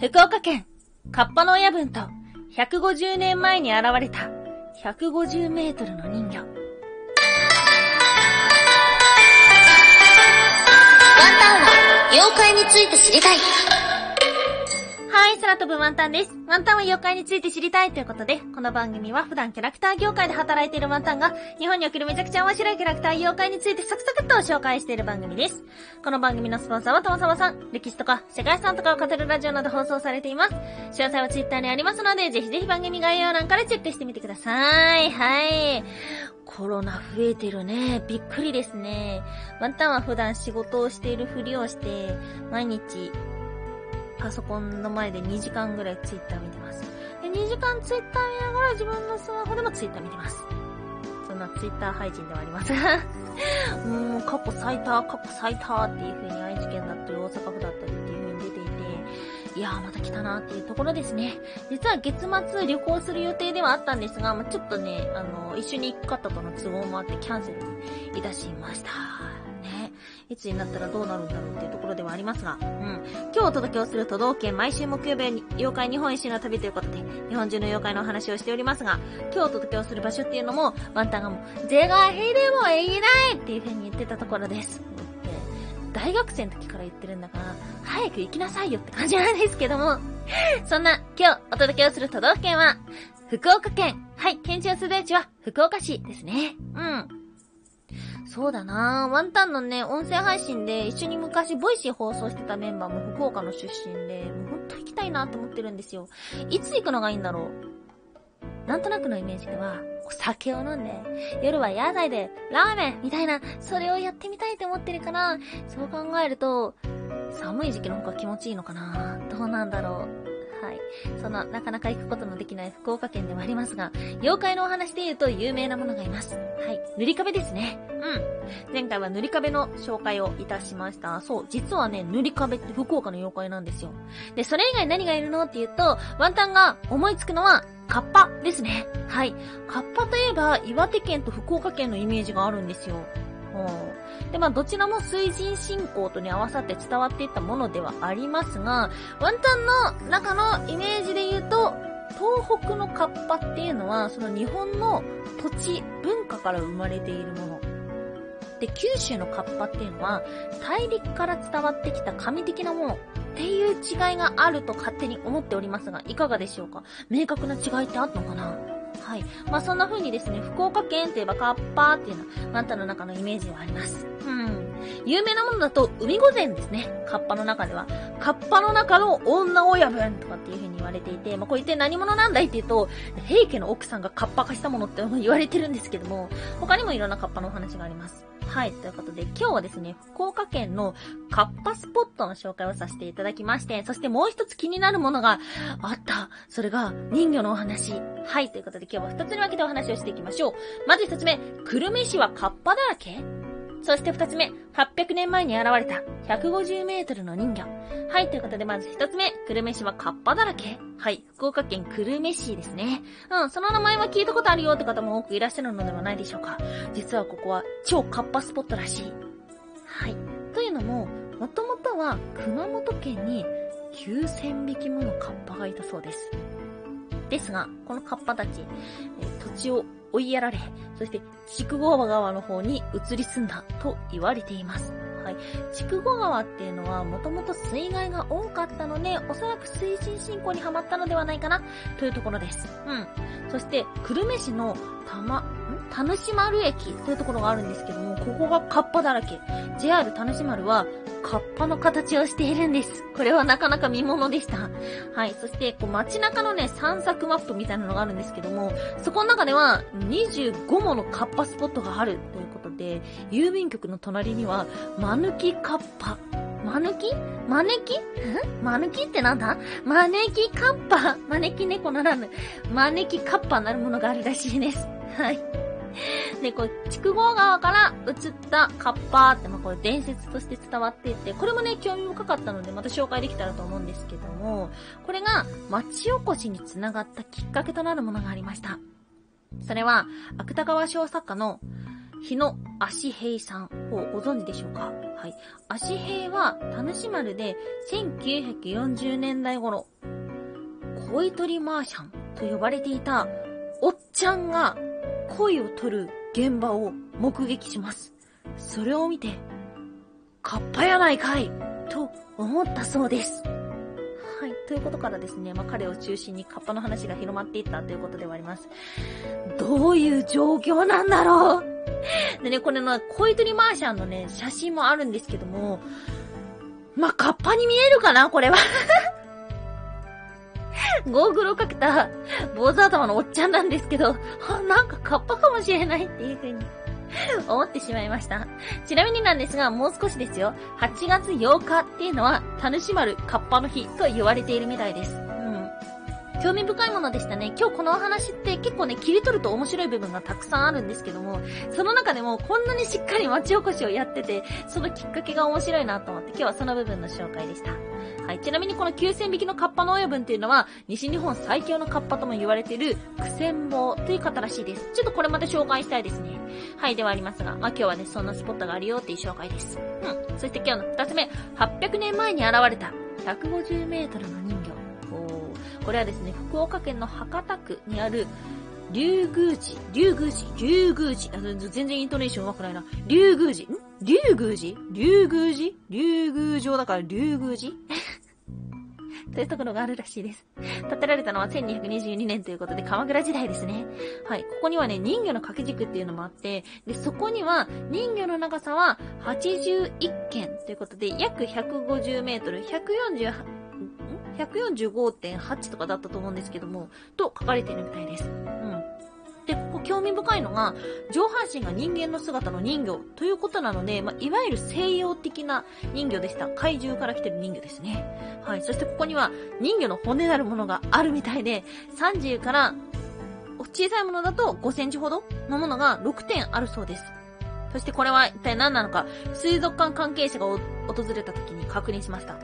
福岡県、カッパの親分と150年前に現れた150メートルの人魚。ワンタンは妖怪について知りたい。 はい、空飛ぶワンタンです。ワンタンは妖怪について知りたいということで、この番組は普段キャラクター業界で働いているワンタンが、日本におけるめちゃくちゃ面白いキャラクター妖怪についてサクサクっと紹介している番組です。この番組のスポンサーはともさまさん、歴史とか世界遺産とかを語るラジオなど放送されています。詳細はツイッターにありますので、ぜひぜひ番組概要欄からチェックしてみてください。はい。コロナ増えてるね。びっくりですね。ワンタンは普段仕事をしているふりをして、毎日、パソコンの前で2時間ぐらいツイッター見てます。で、2時間ツイッター見ながら自分のスマホでもツイッター見てます。そんなツイッター配信ではあります。過去最多っていう風に愛知県だったり大阪府だったりっていう風に出ていて、いやーまた来たなっていうところですね。実は月末旅行する予定ではあったんですが、ちょっとね、一緒に行く方との都合もあってキャンセルいたしました。ね。いつになったらどうなるんだろうっていうところではありますが、今日お届けをする都道府県、毎週木曜日に妖怪日本一周の旅ということで、日本中の妖怪のお話をしておりますが、今日お届けをする場所っていうのも、ワンタンがもう、是が非でも言えないっていう風に言ってたところです。大学生の時から言ってるんだから、早く行きなさいよって感じなんですけども、そんな今日お届けをする都道府県は、福岡県。はい、県庁所在地は福岡市ですね。そうだなぁ。ワンタンのね、音声配信で一緒に昔ボイシー放送してたメンバーも福岡の出身で、もうほんと行きたいなと思ってるんですよ。いつ行くのがいいんだろう。なんとなくのイメージでは、お酒を飲んで、夜は屋台でラーメンみたいな、それをやってみたいと思ってるから、そう考えると、寒い時期の方が気持ちいいのかな。どうなんだろう。はい。その、なかなか行くことのできない福岡県ではありますが、妖怪のお話で言うと有名なものがいます。はい。塗り壁ですね。前回は塗り壁の紹介をいたしました。そう、実はね、塗り壁って福岡の妖怪なんですよ。で、それ以外何がいるのって言うと、ワンタンが思いつくのは、カッパですね。はい。カッパといえば、岩手県と福岡県のイメージがあるんですよ。で、どちらも水神信仰とね、合わさって伝わっていったものではありますが、ワンタンの中のイメージで言うと、東北のカッパっていうのは、その日本の土地、文化から生まれているもの。で、九州のカッパっていうのは、大陸から伝わってきた神的なものっていう違いがあると勝手に思っておりますが、いかがでしょうか？明確な違いってあったのかな？はい。そんな風にですね、福岡県といえばカッパーっていうのは、ワンタンの中のイメージはあります。有名なものだと、海御前ですね。カッパの中では。カッパの中の女親分とかっていう風に言われていて、これ一体何者なんだいって言うと、平家の奥さんがカッパ化したものって言われてるんですけども、他にもいろんなカッパのお話があります。はい。ということで、今日はですね、福岡県のカッパスポットの紹介をさせていただきまして、そしてもう一つ気になるものがあった。それが、人魚のお話。はい。ということで、今日は二つに分けてお話をしていきましょう。まず一つ目、久留米市はカッパだらけ？そして二つ目、800年前に現れた150メートルの人魚。はい。ということで、まず一つ目、久留米市はカッパだらけ？はい。福岡県久留米市ですね。その名前は聞いたことあるよって方も多くいらっしゃるのではないでしょうか。実はここは超カッパスポットらしい。はい。というのも、もともとは熊本県に9000匹ものカッパがいたそうです。ですが、このカッパたち、土地を追いやられ、そして筑後川の方に移り住んだと言われています。はい。筑後川っていうのはもともと水害が多かったので、おそらく水神信仰にハマったのではないかなというところです。そして、久留米市の田主丸駅というところがあるんですけども、ここがカッパだらけ。JR 田主丸はカッパの形をしているんです。これはなかなか見ものでした。はい。そして、街中のね、散策マップみたいなのがあるんですけども、そこの中では25ものカッパスポットがあるということで、郵便局の隣には、マヌキカッパ。マヌキってなんだ？招きカッパ。招き猫ならぬ。招きカッパなるものがあるらしいです。はい。で、筑後川から移ったカッパーって、これ伝説として伝わっていて、これもね、興味深かったので、また紹介できたらと思うんですけども、これが町おこしにつながったきっかけとなるものがありました。それは、芥川賞作家の日野足平さんをご存知でしょうか？はい。足平は田主丸で1940年代頃、恋取りマーシャンと呼ばれていたおっちゃんが恋を取る現場を目撃します。それを見て、カッパやないかいと思ったそうです。はい。ということからですね、彼を中心にカッパの話が広まっていったということではあります。どういう状況なんだろうでね、これの恋取りマーシャンのね、写真もあるんですけども、カッパに見えるかなこれは。ゴーグルをかけた坊主頭のおっちゃんなんですけど、なんかカッパかもしれないっていう風に思ってしまいました。ちなみになんですが、もう少しですよ。8月8日っていうのは、田主丸カッパの日と言われているみたいです。興味深いものでしたね。今日このお話って結構ね、切り取ると面白い部分がたくさんあるんですけども、その中でもこんなにしっかり町おこしをやってて、そのきっかけが面白いなと思って今日はその部分の紹介でした。はい。ちなみにこの9000匹のカッパの親分っていうのは、西日本最強のカッパとも言われている九千坊という方らしいです。ちょっとこれまた紹介したいですね。はい。ではありますが、今日はね、そんなスポットがあるよっていう紹介です。そして今日の2つ目、800年前に現れた150メートルの人魚。これはですね、福岡県の博多区にある龍宮寺。全然イントネーション上手くないな。龍宮城だから龍宮寺というところがあるらしいです。建てられたのは1222年ということで鎌倉時代ですね。はい。ここにはね、人魚の掛け軸っていうのもあって、で、そこには人魚の長さは81間ということで、約150メートル、145.8 とかだったと思うんですけども、と書かれているみたいです。で、ここ興味深いのが、上半身が人間の姿の人魚ということなので、いわゆる西洋的な人魚でした。怪獣から来てる人魚ですね。はい。そしてここには人魚の骨なるものがあるみたいで、30から小さいものだと5センチほどのものが6点あるそうです。そしてこれは一体何なのか、水族館関係者が訪れた時に確認しました。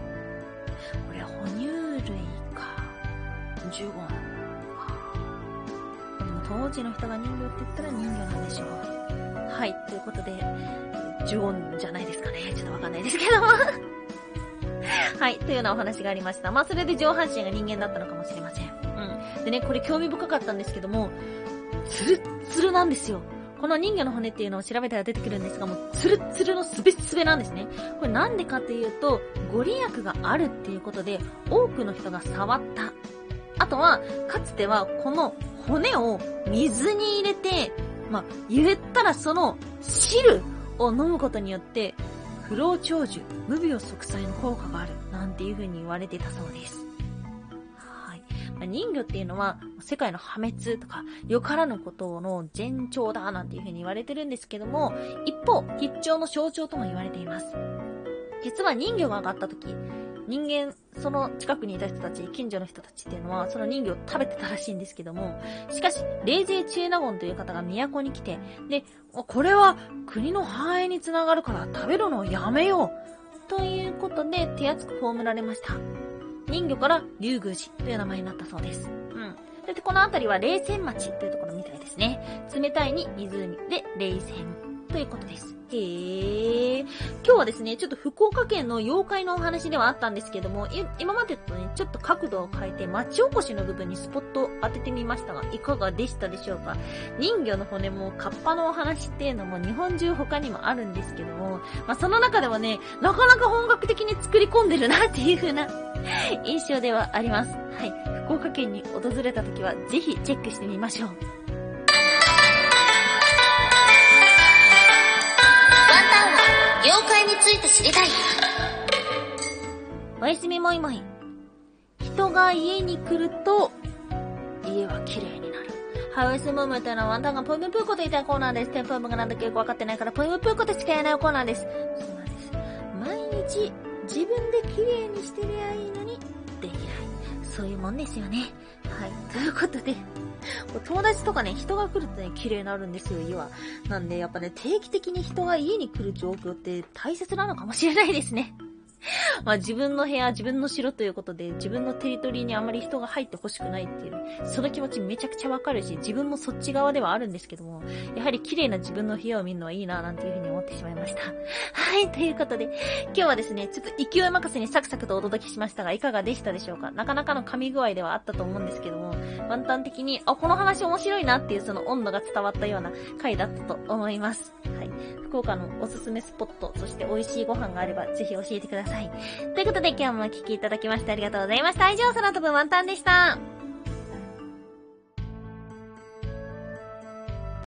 ジュゴン。でも当時の人が人魚って言ったら人魚なんでしょう。はい。ということで、ジュゴンじゃないですかね。ちょっとわかんないですけども。はい。というようなお話がありました。それで上半身が人間だったのかもしれません。でね、これ興味深かったんですけども、ツルッツルなんですよ。この人魚の骨っていうのを調べたら出てくるんですが、もうツルッツルのスベスベなんですね。これなんでかっていうと、ご利益があるっていうことで、多くの人が触った。あとは、かつてはこの骨を水に入れて、言ったらその汁を飲むことによって、不老長寿、無病息災の効果がある、なんていう風に言われていたそうです。はい。人魚っていうのは、世界の破滅とか、よからぬことの前兆だ、なんていう風に言われてるんですけども、一方、吉兆の象徴とも言われています。実は人魚が上がった時、人間、その近くにいた人たち、近所の人たちっていうのは、その人魚を食べてたらしいんですけども、しかし、冷泉チエナゴンという方が都に来て、で、これは国の繁栄につながるから食べるのをやめようということで手厚く葬られました。人魚から龍宮寺という名前になったそうです。で、この辺りは冷泉町というところみたいですね。冷たいに湖で冷泉ということです。今日はですね、ちょっと福岡県の妖怪のお話ではあったんですけども、今までとね、ちょっと角度を変えて町おこしの部分にスポットを当ててみましたが、いかがでしたでしょうか？人魚の骨もカッパのお話っていうのも日本中他にもあるんですけども、その中ではね、なかなか本格的に作り込んでるなっていう風な印象ではあります。はい。福岡県に訪れた時はぜひチェックしてみましょう。 妖怪について知りたい。 おやすみもいもい。人が家に来ると家は綺麗になる。はい、おやすみもいもいというのはワンタンがポイムプーコと言いたいコーナーです。テンポイムがなんだかよくわかってないからポイムプーコとしか言えないコーナーです。そうなんです。毎日自分で綺麗にしてりゃいいのにできない。そういうもんですよね。はい、ということで友達とかね、人が来るとね、綺麗になるんですよ、家は。なんで、やっぱね、定期的に人が家に来る状況って大切なのかもしれないですね。 まあ自分の部屋、自分の城ということで、自分のテリトリーにあまり人が入ってほしくないっていう、その気持ちめちゃくちゃわかるし、自分もそっち側ではあるんですけども、やはり綺麗な自分の部屋を見るのはいいな、なんていうふうに思ってしまいました。はい、ということで、今日はですね、ちょっと勢い任せにサクサクとお届けしましたが、いかがでしたでしょうか。なかなかの噛み具合ではあったと思うんですけども、ワンタン的に、この話面白いなっていうその温度が伝わったような回だったと思います。はい。福岡のおすすめスポット、そして美味しいご飯があればぜひ教えてください。ということで今日もお聞きいただきましてありがとうございました。以上、空飛ぶワンタンでした。